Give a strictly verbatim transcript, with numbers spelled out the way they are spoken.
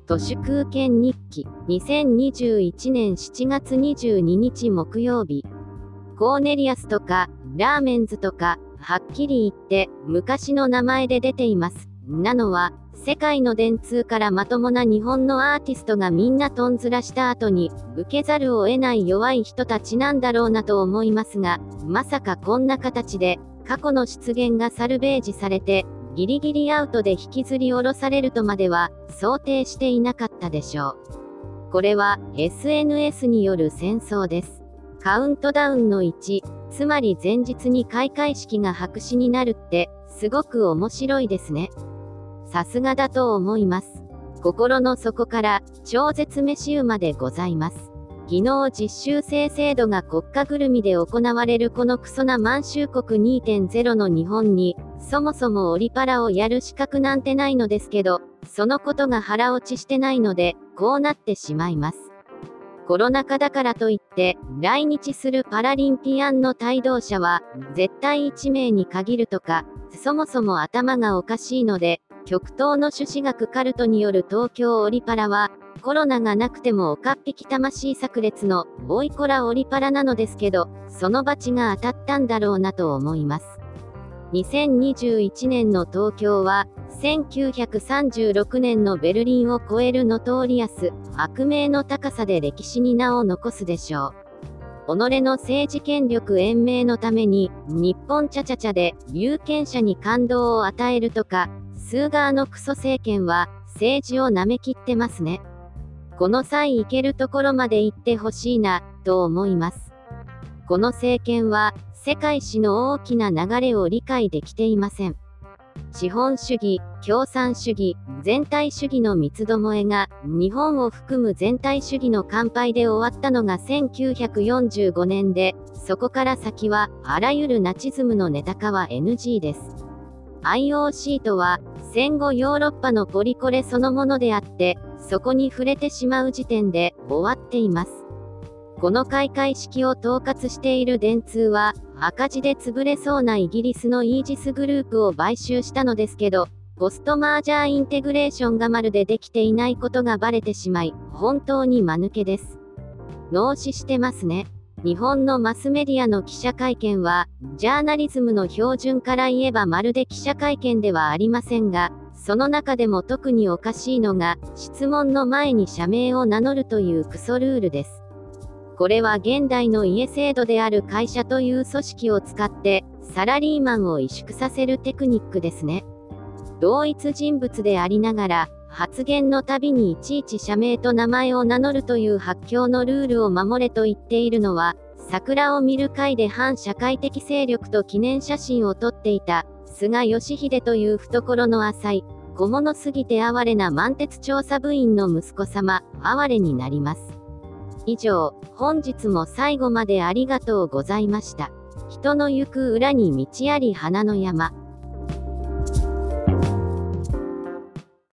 都市空間日記にせんにじゅういちねんしちがつにじゅうににち木曜日。コーネリアスとかラーメンズとかはっきり言って昔の名前で出ています。なのは世界の電通からまともな日本のアーティストがみんなとんずらした後に受けざるを得ない弱い人たちなんだろうなと思いますが、まさかこんな形で過去の出現がサルベージされてギリギリアウトで引きずり下ろされるとまでは想定していなかったでしょう。これは エスエヌエス による戦争です。カウントダウンのいち、つまり前日に開会式が白紙になるってすごく面白いですね。さすがだと思います。心の底から超絶飯馬でございます。技能実習生制度が国家ぐるみで行われるこのクソな満州国 にてんゼロ の日本に、そもそもオリパラをやる資格なんてないのですけど、そのことが腹落ちしてないので、こうなってしまいます。コロナ禍だからといって、来日するパラリンピアンの帯同者は、絶対いちめいに限るとか、そもそも頭がおかしいので、極東の朱子学カルトによる東京オリパラは、コロナがなくてもおかっぴき魂炸裂のおいこらオリパラなのですけど、そのバチが当たったんだろうなと思います。にせんにじゅういちねんの東京は、せんきゅうひゃくさんじゅうろくねんのベルリンを超えるノトーリアス、悪名の高さで歴史に名を残すでしょう。己の政治権力延命のために、日本チャチャチャで有権者に感動を与えるとか、スーガーのクソ政権は政治を舐めきってますね。この際行けるところまで行ってほしいな、と思います。この政権は、世界史の大きな流れを理解できていません。資本主義、共産主義、全体主義の三つどもえが、日本を含む全体主義の乾杯で終わったのがせんきゅうひゃくよんじゅうごねんで、そこから先は、あらゆるナチズムのネタ化は エヌジー です。アイオーシー とは、戦後ヨーロッパのポリコレそのものであって、そこに触れてしまう時点で終わっています。この開会式を統括している電通は、赤字で潰れそうなイギリスのイージスグループを買収したのですけど、ポストマージャーインテグレーションがまるでできていないことがバレてしまい、本当に間抜けです。脳死してますね。日本のマスメディアの記者会見は、ジャーナリズムの標準から言えばまるで記者会見ではありませんが、その中でも特におかしいのが、質問の前に社名を名乗るというクソルールです。これは現代の家制度である会社という組織を使って、サラリーマンを萎縮させるテクニックですね。同一人物でありながら、発言のたびにいちいち社名と名前を名乗るという発狂のルールを守れと言っているのは、桜を見る会で反社会的勢力と記念写真を撮っていた、菅義偉という懐の浅い、小物すぎて哀れな満鉄調査部員の息子様、哀れになります。以上、本日も最後までありがとうございました。人の行く裏に道あり花の山。